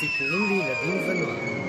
סיפורים לילדים ונוער.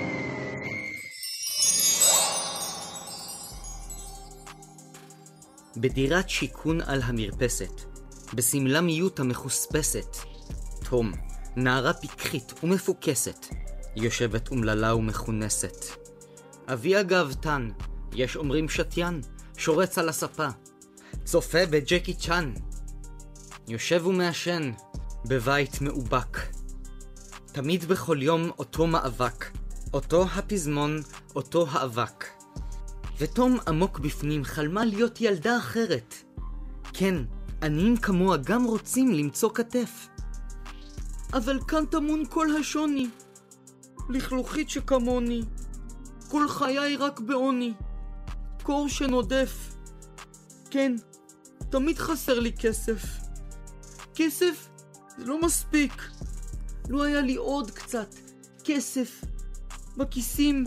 בדירת שיכון על המרפסת, בסמלה מיוט המחוספסת, תום, נערה פיקחית ומפוקסת, יושבת אומללה ומכונסת. אביה גאוותן, יש אומרים שתיין, שורץ על הספה, צופה בג'קי צ'אן. יושב ומעשן, בבית מאובק. תמיד בכל יום אותו מאבק, אותו הפזמון, אותו האבק. ותום עמוק בפנים חלמה להיות ילדה אחרת. כן, עניים כמוה גם רוצים למצוא כתף. אבל כאן טמון כל השוני, לכלוכית שכמוני, כל חיי רק בעוני, קור שנודף. כן, תמיד חסר לי כסף. כסף זה לא מספיק. לא היה לי עוד קצת כסף בכיסים.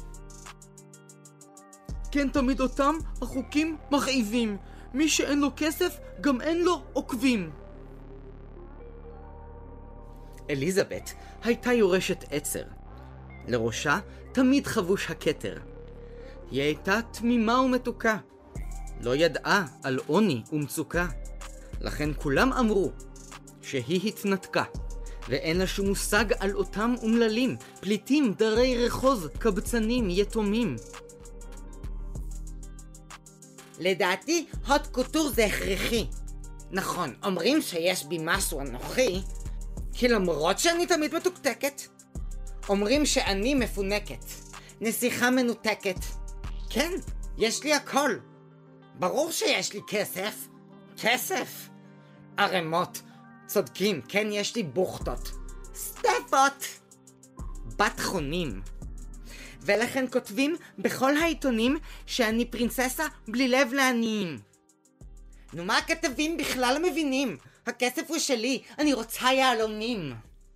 כן, תמיד אותם החוקים מכאיבים. מי שאין לו כסף, גם אין לו עוקבים. אליזבת הייתה יורשת עצר. לראשה תמיד חבוש הכתר. היא הייתה תמימה ומתוקה. לא ידעה על עוני ומצוקה. לכן כולם אמרו שהיא התנתקה, ואין לה שום מושג על אותם אומללים, פליטים, דרי רחוב, קבצנים, יתומים. לדעתי, הוט קוטור זה הכרחי. נכון, אומרים שיש בי משהו אנוכי, כי למרות שאני תמיד מתוקתקת, אומרים שאני מפונקת, נסיכה מנותקת. כן, יש לי הכל. ברור שיש לי כסף. כסף. ערמות. צודקים, כן, יש לי בוכטות. סטפות. בת חונים. ולכן כותבים בכל העיתונים שאני פרינססה בלי לב לעניים. נו, מה הכתבים בכלל מבינים? הכסף הוא שלי, אני רוצה יעלונים.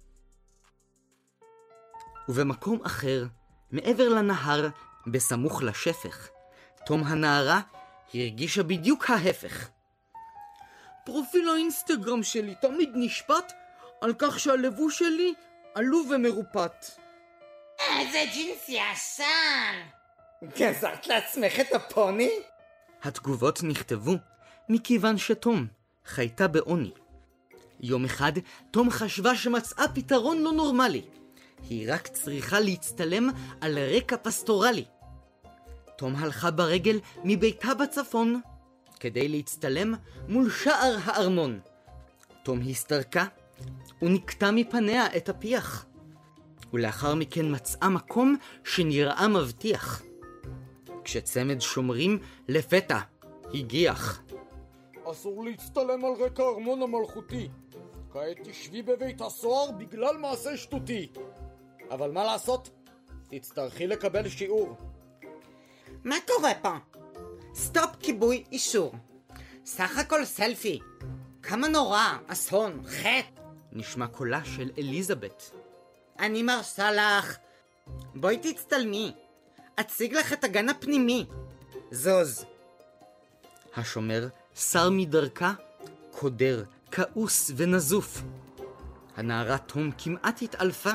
ובמקום אחר, מעבר לנהר, בסמוך לשפך, תום הנערה הרגישה בדיוק ההפך. פרופיל האינסטגרם שלי תמיד נשפט על כך שהלבוש שלי עלוב ומרופט. איזה ג'ינס ישן! גזרת לעצמך את הפוני? התגובות נכתבו מכיוון שתום חייתה בעוני. יום אחד תום חשבה שמצאה פתרון לא נורמלי. היא רק צריכה להצטלם על רקע פסטורלי. תום הלכה ברגל מביתה בצפון כדי להצטלם מול שער הארמון. תום הסתרקה ונקטה מפניה את הפיח. ולאחר מכן מצאה מקום שנראה מבטיח. כשצמד שומרים לפתע הגיח. אסור להצטלם על רקע הארמון המלכותי. כעת תשבי בבית הסוהר בגלל מעשה שטותי. אבל מה לעשות? תצטרכי לקבל שיעור. מה קורה פה? סטופ, כיבוי, אישור. סך הכל סלפי. כמה נורא, אסון, חטא. נשמע קולה של אליזבת. אני מרשה לך. בואי תצטלמי. אציג לך את הגן הפנימי. זוז. השומר שר מדרכה, קודר, כעוס ונזוף. הנערה תום כמעט התעלפה.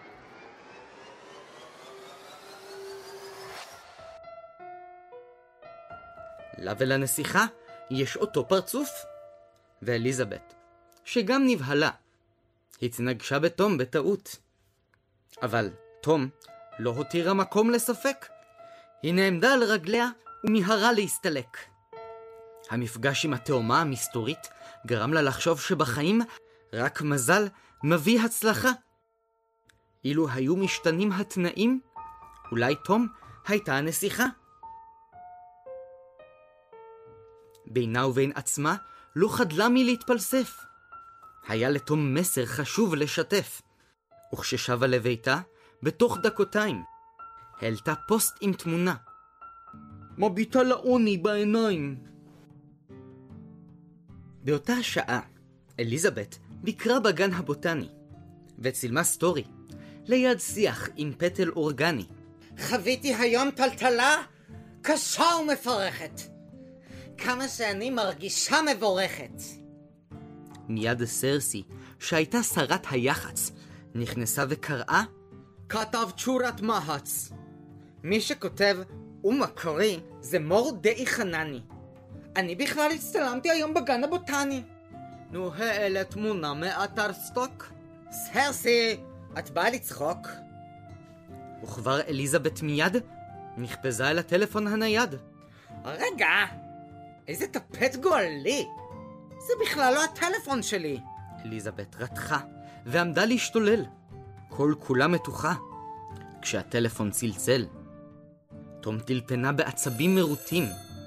לה ולנסיכה יש אותו פרצוף. ואליזבת, שגם נבהלה, התנגשה בתום בטעות. אבל תום לא הותירה מקום לספק. היא נעמדה על רגליה ומיהרה להסתלק. המפגש עם התאומה המסתורית גרם לה לחשוב שבחיים רק מזל מביא הצלחה. אילו היו משתנים התנאים, אולי תום הייתה הנסיכה. בינה ובין עצמה לא חדלה מלהתפלסף. היה לתום מסר חשוב לשתף. וכששבה לביתה, בתוך דקותיים, העלתה פוסט עם תמונה. מביטה לעוני בעיניים. באותה השעה, אליזבת ביקרה בגן הבוטני, וצילמה סטורי, ליד שיח עם פטל אורגני. חוויתי היום טלטלה קשה ומפרכת. כמה שאני מרגישה מבורכת. מיד סרסי, שהייתה שרת היח"צ, נכנסה וקראה, כתב תשורת מהץ. מי שכותב ומקורי זה מורדאי חנני. אני בכלל הצטלמתי היום בגן הבוטני. נו, אלה תמונה מאתר סטוק. סרסי, את באה לצחוק? וכבר אליזבת מיד נכפזה אל הטלפון הנייד. רגע, איזה טפט גואלי. זה בכלל לא הטלפון שלי. אליזבת רתחה ועמדה להשתולל, כל כולה מתוחה. כשהטלפון צלצל, תום טלפנה בעצבים מרוטים.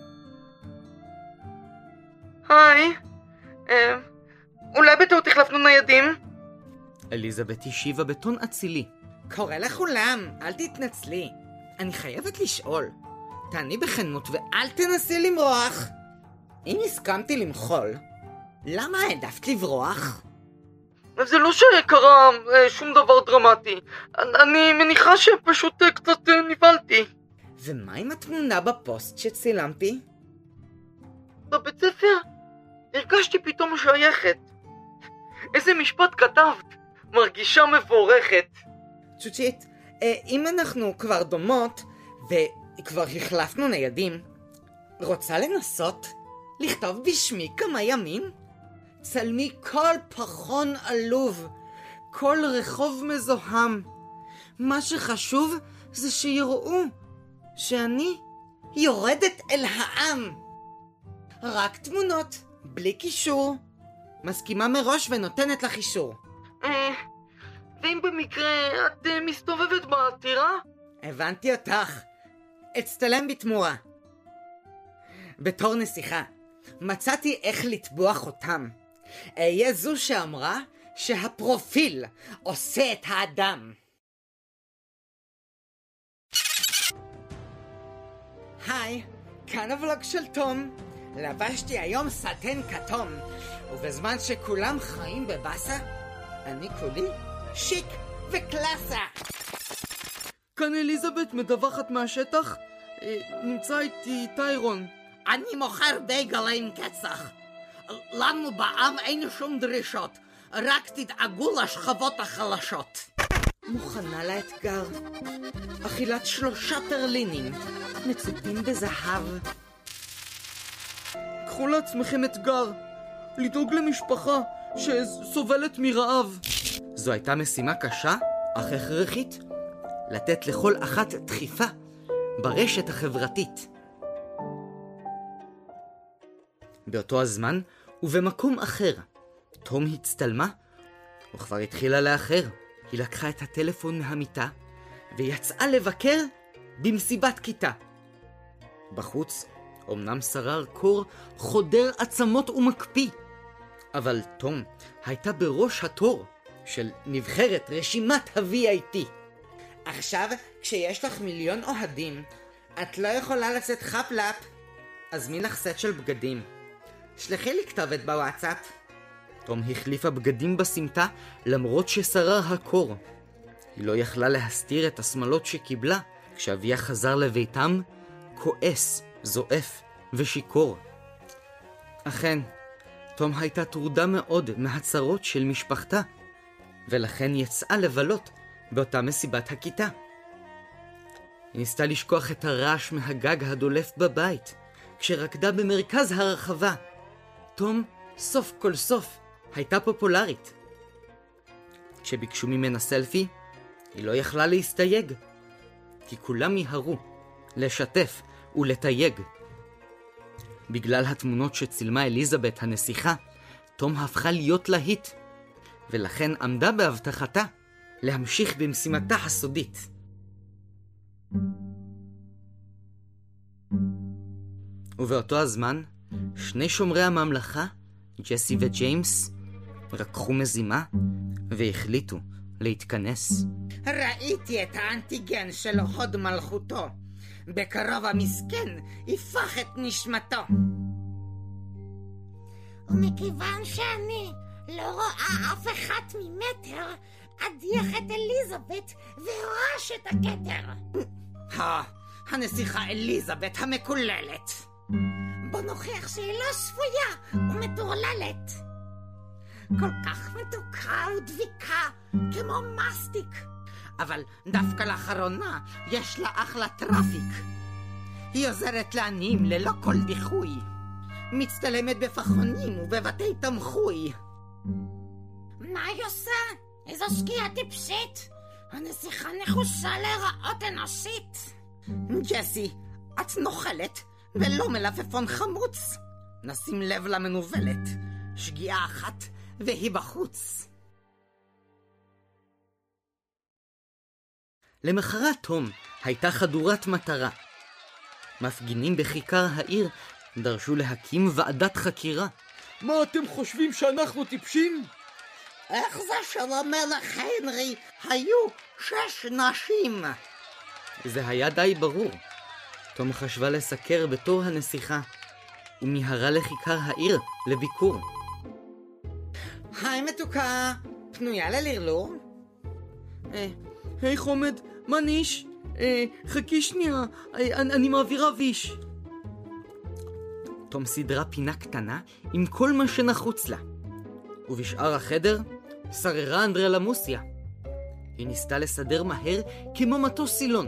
היי, אולי בטעות החלפנו ניידים? אליזבת השיבה בטון אצילי. קורא לכולם, אל תתנצלי. אני חייבת לשאול. תעני בכנות ואל תנסי למרוח. אם הסכמתי למחול, למה העדפת לברוח? זה לא שקרה שום דבר דרמטי. אני מניחה שפשוט קצת נבלתי. ומה עם התמונה בפוסט שצילמתי? בבית ספר הרגשתי פתאום שייכת. איזה משפט כתבת? מרגישה מבורכת. צ'וצ'ית, אם אנחנו כבר דומות וכבר החלפנו ניידים, רוצה לנסות לכתוב בשמי כמה ימים? צלמי כל פחון עלוב, כל רחוב מזוהם. מה שחשוב זה שיראו שאני יורדת אל העם. רק תמונות, בלי קישור. מסכימה מראש ונותנת לך אישור. ואם במקרה את מסתובבת בטירה? הבנתי אותך. אצטלם בתמורה. בתור נסיכה, מצאתי איך לטבוע חותם. אהיה זו שאמרה שהפרופיל עושה את האדם. היי, כאן הוולוג של תום. לבשתי היום סטן כתום, ובזמן שכולם חיים בבאסה, אני כולי שיק וקלאסה. כאן אליזבת מדווחת מהשטח. נמצא איתי טיירון. אני מוכר בייגלה עם קצח. לנו בעם אין שום דרישות, רק תדאגו לשכבות החלשות. מוכנה לאתגר. אכילת 3 טרלינים מצופים בזהב. קחו לעצמכם אתגר, לדאוג למשפחה שסובלת מרעב. זו הייתה משימה קשה, אך הכרחית. לתת לכל אחת דחיפה ברשת החברתית. באותו הזמן ובמקום אחר, תום הצטלמה, וכבר התחילה לאחר. היא לקחה את הטלפון מהמיטה ויצאה לבקר במסיבת כיתה. בחוץ אמנם שרר קור חודר עצמות ומקפיא, אבל תום הייתה בראש התור של נבחרת רשימת ה-VIP. עכשיו, כשיש לך 1,000,000 אוהדים, את לא יכולה לצאת חפלאפ. אז מי לך סט של בגדים? שלחי לי כתובת בוואטסאפ. תום החליפה בגדים בסמטה למרות ששרר הקור. היא לא יכלה להסתיר את השמלות שקיבלה כשאביה חזר לביתם כועס, זועף ושיקור. אכן, תום הייתה טרודה מאוד מהצרות של משפחתה, ולכן יצאה לבלות באותה מסיבת הכיתה. היא ניסתה לשכוח את הרעש מהגג הדולף בבית, כשרקדה במרכז הרחבה. תום סוף כל סוף הייתה פופולרית. כשביקשו ממנה סלפי, היא לא יכלה להסתייג, כי כולם מיהרו לשתף ולתייג. בגלל התמונות שצילמה אליזבת הנסיכה, תום הפכה להיות להיט, ולכן עמדה בהבטחתה להמשיך במשימתה הסודית. ובאותו הזמן, 2 שומרי הממלכה, ג'סי וג'יימס, רקחו מזימה והחליטו להתכנס. ראיתי את האנטיגן של הוד מלכותו. בקרוב המסכן יפח את נשמתו. ומכיוון שאני לא רואה אף אחד ממטר, אדיח את אליזבת והורש את הכתר. הנסיכה אליזבת המקוללת. בוא נוכיח שהיא לא שפויה ומטורללת. כל כך מתוקה ודביקה, כמו מסטיק. אבל דווקא לאחרונה יש לה אחלה טראפיק. היא עוזרת לעניים ללא כל דיחוי. מצטלמת בפחונים ובבתי תמחוי. מה היא עושה? איזו שקיעה טיפשית. הנסיכה נחושה להיראות אנושית. ג'סי, את נוחלת ולא מלפפון חמוץ. נשים לב למנובלת. שגיאה אחת והיא בחוץ. למחרת תום הייתה חדורת מטרה. מפגינים בכיכר העיר דרשו להקים ועדת חקירה. מה אתם חושבים שאנחנו טיפשים? איך זה שלמלך הנרי היו 6 נשים? זה היה די ברור. תום חשבה לסקר בתור הנסיכה, ומיהרה לכיכר העיר לביקור. היי מתוקה, פנויה ללרלור? היי חומד, מה ניש? חכי שנייה, אני מעבירה ויש. תום סדרה פינה קטנה עם כל מה שנחוץ לה. ובשאר החדר שררה אנדרלמוסיה. היא ניסתה לסדר מהר כמו מטוס סילון.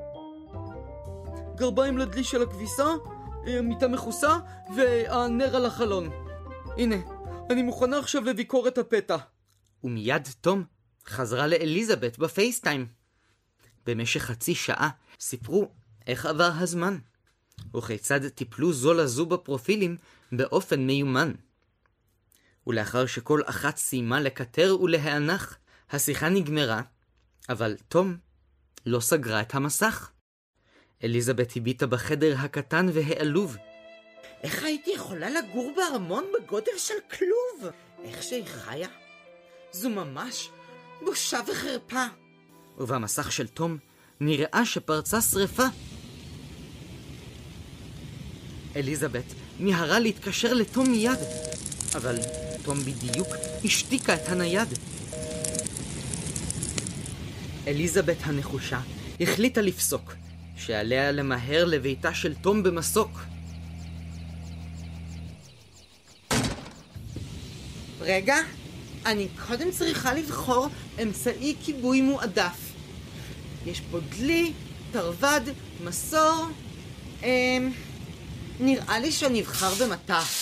גרביים לדלי של הכביסה, מיטה מכוסה והנר על החלון. הנה, אני מוכנה עכשיו לביקורת הפתע. ומיד תום חזרה לאליזבת בפייסטיים. במשך חצי שעה סיפרו איך עבר הזמן, וכיצד טיפלו זו לזו בפרופילים באופן מיומן. ולאחר שכל אחת סיימה לקטר ולהיענך, השיחה נגמרה, אבל תום לא סגרה את המסך. אליזבת הביטה בחדר הקטן והעלוב. איך הייתי יכולה לגור בארמון בגודל של כלוב? איך שהיא חיה? זו ממש בושה וחרפה. ובמסך של תום נראה שפרצה שריפה. אליזבת מיהרה להתקשר לתום מיד, אבל תום בדיוק השתיקה את הנייד. אליזבת הנחושה החליטה לפסוק שעליה למהר לביתה של תום במסוק. רגע, אני קודם צריכה לבחור אמצעי כיבוי מועדף. יש פה דלי, תרווד, מסור. נראה לי שאני אבחר במטף.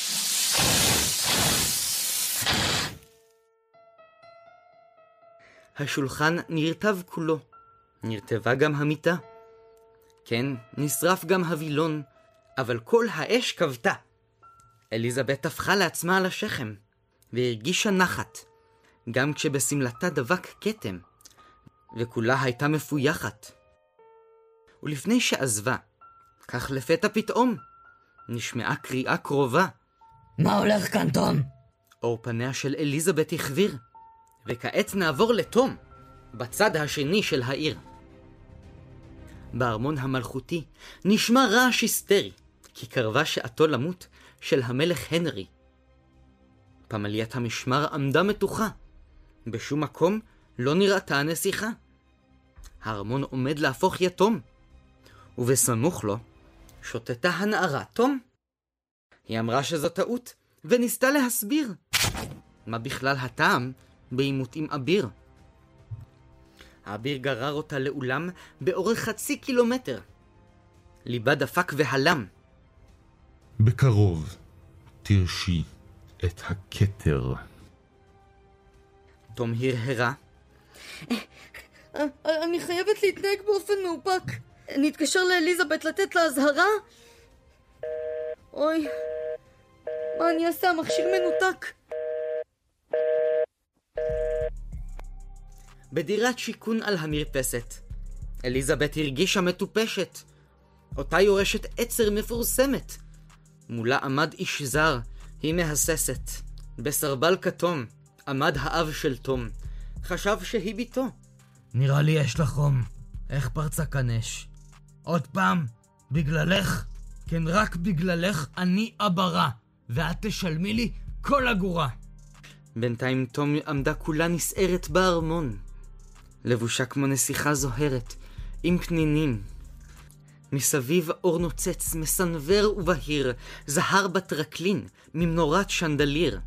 השולחן נרטב כולו. נרטבה גם המיטה. כן, נשרף גם הווילון, אבל כל האש כבתה. אליזבת טפחה לעצמה על השכם, והרגישה נחת, גם כשבסמלתה דבק כתם, וכולה הייתה מפויחת. ולפני שעזבה, כך לפתע פתאום, נשמעה קריאה קרובה. מה הולך כאן, תום? אור פניה של אליזבת החביר, וכעת נעבור לתום, בצד השני של העיר. בארמון המלכותי נשמע רעש היסטרי, כי קרבה שעתו למות של המלך הנרי. פמליית המשמר עמדה מתוחה. בשום מקום לא נראתה הנסיכה. הארמון עומד להפוך יתום. ובסמוך לו שוטטה הנערה תום. היא אמרה שזו טעות, וניסתה להסביר. מה בכלל הטעם בעימות עם אביר? האביר גרר אותה לאולם באורך 0.5 קילומטר. ליבה דפק והלם. בקרוב תרשי את הכתר. תום הרהרה. אני חייבת להתנהג באופן מאופק. נתקשר לאליזבת לתת לה הזהרה? אוי, מה אני אעשה? המכשיר מנותק. בדירת שיכון על המרפסת, אליזבת הרגישה מטופשת. אותה יורשת עצר מפורסמת. מולה עמד איש זר, היא מהססת. בסרבל כתום עמד האב של תום. חשב שהיא ביתו. נראה לי יש לך חום. איך פרצה כאן אש? עוד פעם? בגללך? כן, רק בגללך אני אברה, ואת תשלמי לי כל אגורה. בינתיים תום עמדה כולה נסערת בארמון. לבושה כמו נסיכה זוהרת, עם פנינים. מסביב אור נוצץ, מסנבר ובהיר, זהר בטרקלין, ממנורת שנדליר.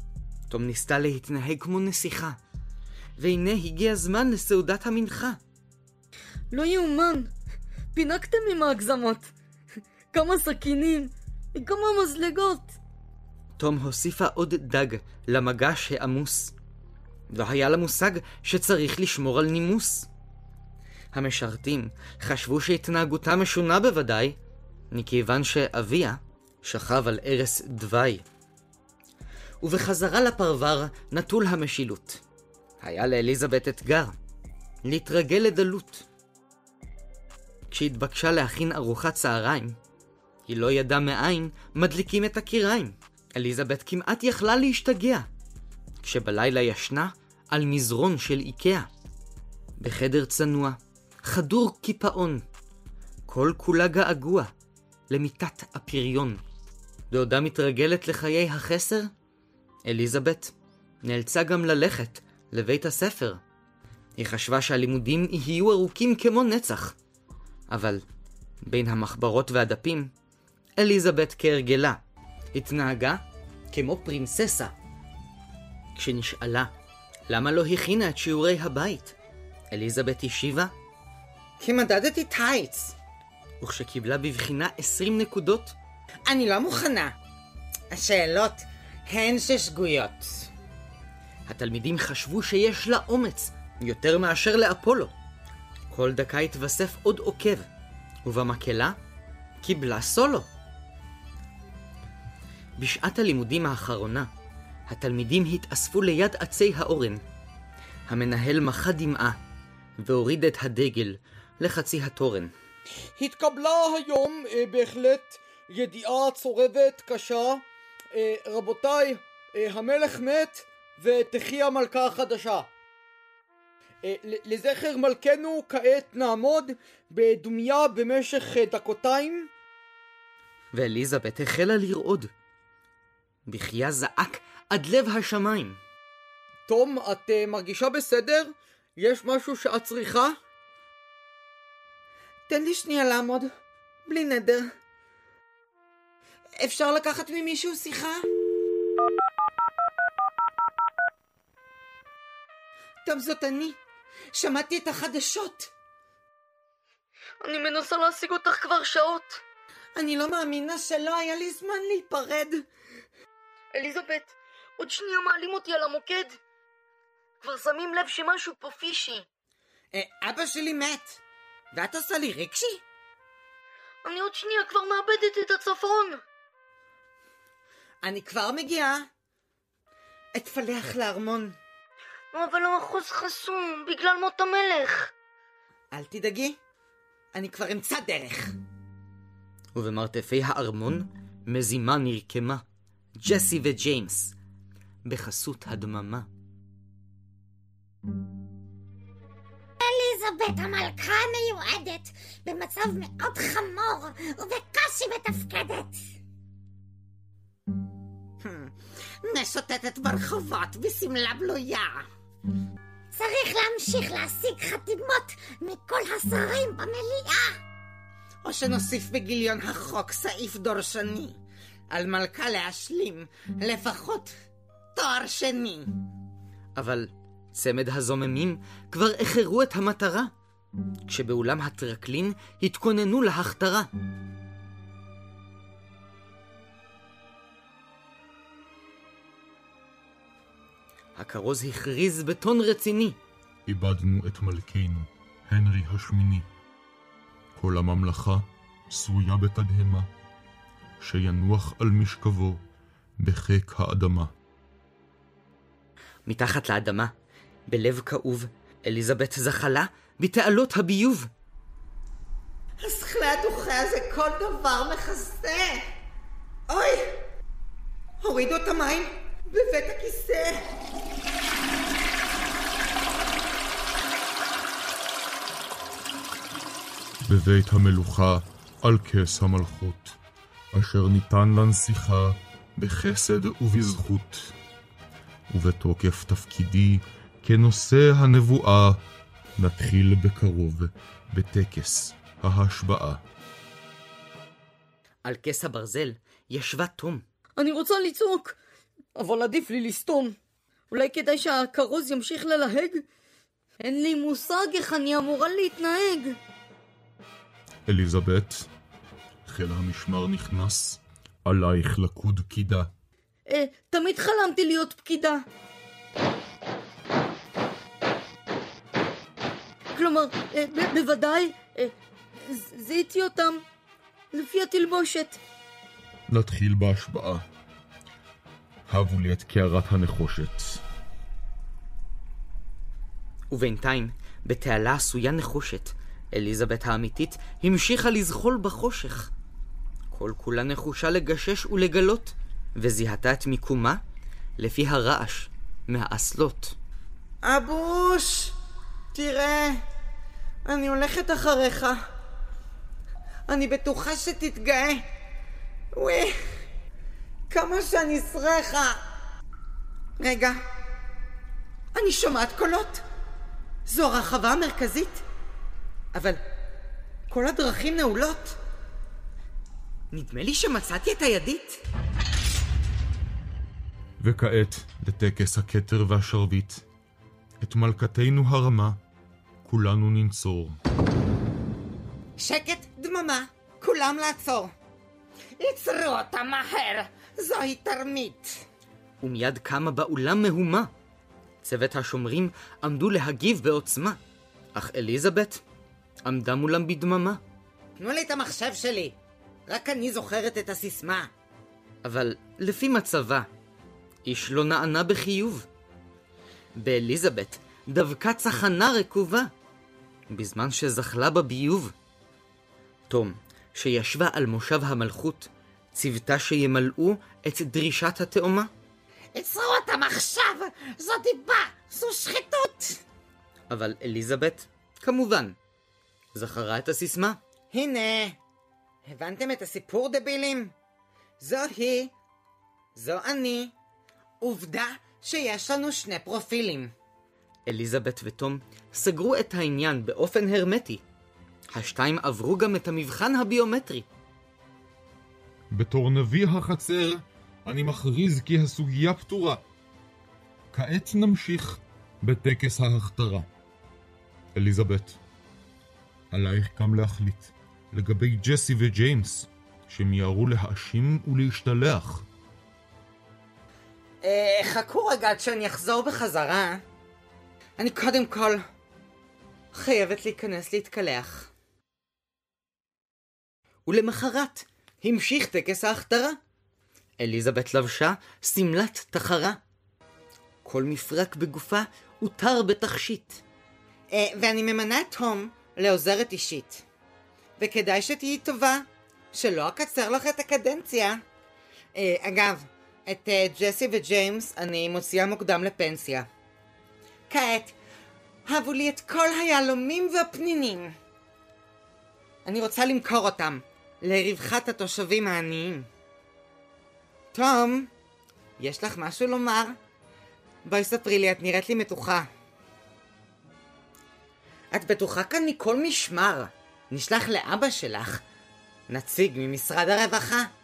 תום ניסתה להתנהג כמו נסיכה, והנה הגיע הזמן לסעודת המנחה. לא יאומן, פינקתם עם ההגזמות. כמה סכינים, וכמה מזלגות. תום הוסיפה עוד דג למגש העמוס. לא היה לה מושג שצריך לשמור על נימוס. המשרתים חשבו שהתנהגותה משונה בוודאי, מכיוון שאביה שכב על ערש דווי. ובחזרה לפרבר נטול המשילות. היה לאליזבת אתגר, להתרגל לדלות. כשהתבקשה להכין ארוחת צהריים, היא לא ידעה מאין מדליקים את הקיריים. אליזבת כמעט יכלה להשתגע, כשבלילה ישנה על מזרון של איקאה. בחדר צנוע, חדור קיפאון, כל כולה געגוע למיטת הפריון. בעודה מתרגלת לחיי החסר, אליזבת נאלצה גם ללכת לבית הספר. היא חשבה שהלימודים יהיו ארוכים כמו נצח, אבל בין המחברות והדפים, אליזבת כהרגלה התנהגה כמו פרינססה. כשנשאלה למה לא הכינה את שיעורי הבית, אליזבת השיבה, כי מדדתי טייץ. וכשקיבלה בבחינה 20 נקודות, אני לא מוכנה. השאלות הן ששגויות. התלמידים חשבו שיש לה אומץ יותר מאשר לאפולו. כל דקה התווסף עוד עוקב, ובמקהלה קיבלה סולו. בשעת הלימודים האחרונה, התלמידים התאספו ליד עצי האורן. המנהל מחה דמעה והוריד את הדגל לחצי התורן. התקבלה היום בהחלט ידיעה צורבת קשה. רבותיי, המלך מת ותחי המלכה החדשה. לזכר מלכנו כעת נעמוד בדומיה במשך דקותיים. ואליזבת החלה לרעוד. בחייה זעק עד לב השמיים. תום, את מרגישה בסדר? יש משהו שאת צריכה? תן לי שנייה לעמוד, בלי נדר. אפשר לקחת ממישהו שיחה? טוב, זאת אני. שמעתי את החדשות. אני מנסה להשיג אותך כבר שעות. אני לא מאמינה שלא היה לי זמן להיפרד. אליזבת, עוד שנייה מעלים אותי על המוקד. כבר שמים לב שמשהו פה פישי. אבא שלי מת, ואת עושה לי ריקשי? אני עוד שנייה כבר מאבדת את הצפון. אני כבר מגיעה. אתפלח לארמון. אבל המחוז חסום בגלל מות המלך. אל תדאגי, אני כבר אמצא דרך. ובמרתפי הארמון מזימה נרקמה, ג'סי וג'יימס, בחסות הדממה. אליזבת המלכה מיועדת במצב מאוד חמור ובקושי מתפקדת. משוטטת ברחובות בסמלה בלויה. צריך להמשיך להשיג חתימות מכל השרים במליאה. או שנוסיף בגיליון החוק סעיף דורשני על מלכה להשלים לפחות תואר שני. אבל צמד הזוממים כבר אחרו את המטרה, כשבאולם הטרקלין התכוננו להכתרה. הכרוז הכריז בטון רציני, איבדנו את מלכנו, הנרי השמיני. כל הממלכה שרויה בתדהמה, שינוח על משכבו בחיק האדמה. מתחת לאדמה, בלב כאוב, אליזבת זחלה בתעלות הביוב. השכלה הדוחה הזה כל דבר מכסה. אוי, הורידו את המים בבית הכיסא. בבית המלוכה על כס המלכות, אשר ניתן לנסיכה בחסד ובזכות. ובתוקף תפקידי כנושא הנבואה, נתחיל בקרוב בטקס ההשבעה. על כס הברזל ישבה תום. אני רוצה לצעוק, אבל עדיף לי לסתום. אולי כדאי שהכרוז ימשיך ללהג? אין לי מושג איך אני אמורה להתנהג. אליזבת, חיל המשמר נכנס, עלייך לקוד פקידה. תמיד חלמתי להיות פקידה. כלומר, בוודאי, זיהיתי אותם לפי התלבושת. נתחיל בהשבעה. הבו לי את קערת הנחושת. ובינתיים, בתעלה עשויה נחושת, אליזבת האמיתית המשיכה לזחול בחושך. כל כולה נחושה לגשש ולגלות, וזיהתה את מיקומה לפי הרעש מהאסלות. אבוש, תראה, אני הולכת אחריך. אני בטוחה שתתגאה. וואי, כמה שאני שרחה. רגע, אני שומעת קולות. זו הרחבה המרכזית, אבל כל הדרכים נעולות. נדמה לי שמצאתי את הידית. וכעת לטקס הכתר והשרביט. את מלכתנו הרמה, כולנו ננצור. שקט, דממה, כולם לעצור. עצרו אותה מהר, זוהי תרמית. ומיד קמה באולם מהומה. צוות השומרים עמדו להגיב בעוצמה, אך אליזבת עמדה מולם בדממה. תנו לי את המחשב שלי, רק אני זוכרת את הסיסמה. אבל לפי מצבה, איש לא נענה בחיוב. באליזבת דווקא צחנה רקובה, בזמן שזחלה בביוב. תום, שישבה על מושב המלכות, ציוותה שימלאו את דרישת התאומה. עצרו אותם עכשיו! זו דיבה! זו שחיתות! אבל אליזבת, כמובן, זכרה את הסיסמה. הנה, הבנתם את הסיפור, דבילים? זו היא, זו אני. עובדה שיש לנו שני פרופילים. אליזבת ותום סגרו את העניין באופן הרמטי. השתיים עברו גם את המבחן הביומטרי. בתור נביא החצר, אני מכריז כי הסוגיה פתורה. כעת נמשיך בטקס ההכתרה. אליזבת, עלייך גם להחליט לגבי ג'סי וג'יימס, שמיהרו להאשים ולהשתלח. חכו רגע עד שאני אחזור בחזרה. אני קודם כל חייבת להיכנס להתקלח. ולמחרת המשיך טקס ההכתרה. אליזבת לבשה סמלת תחרה. כל מפרק בגופה הותר בתכשיט. ואני ממנה את תום לעוזרת אישית. וכדאי שתהיי טובה, שלא אקצר לך את הקדנציה. אגב, את ג'סי וג'יימס אני מוציאה מוקדם לפנסיה. כעת, הבו לי את כל היהלומים והפנינים. אני רוצה למכור אותם לרווחת התושבים העניים. תום, יש לך משהו לומר? בואי ספרי לי, את נראית לי מתוחה. את בטוחה כאן מכל משמר. נשלח לאבא שלך, נציג ממשרד הרווחה.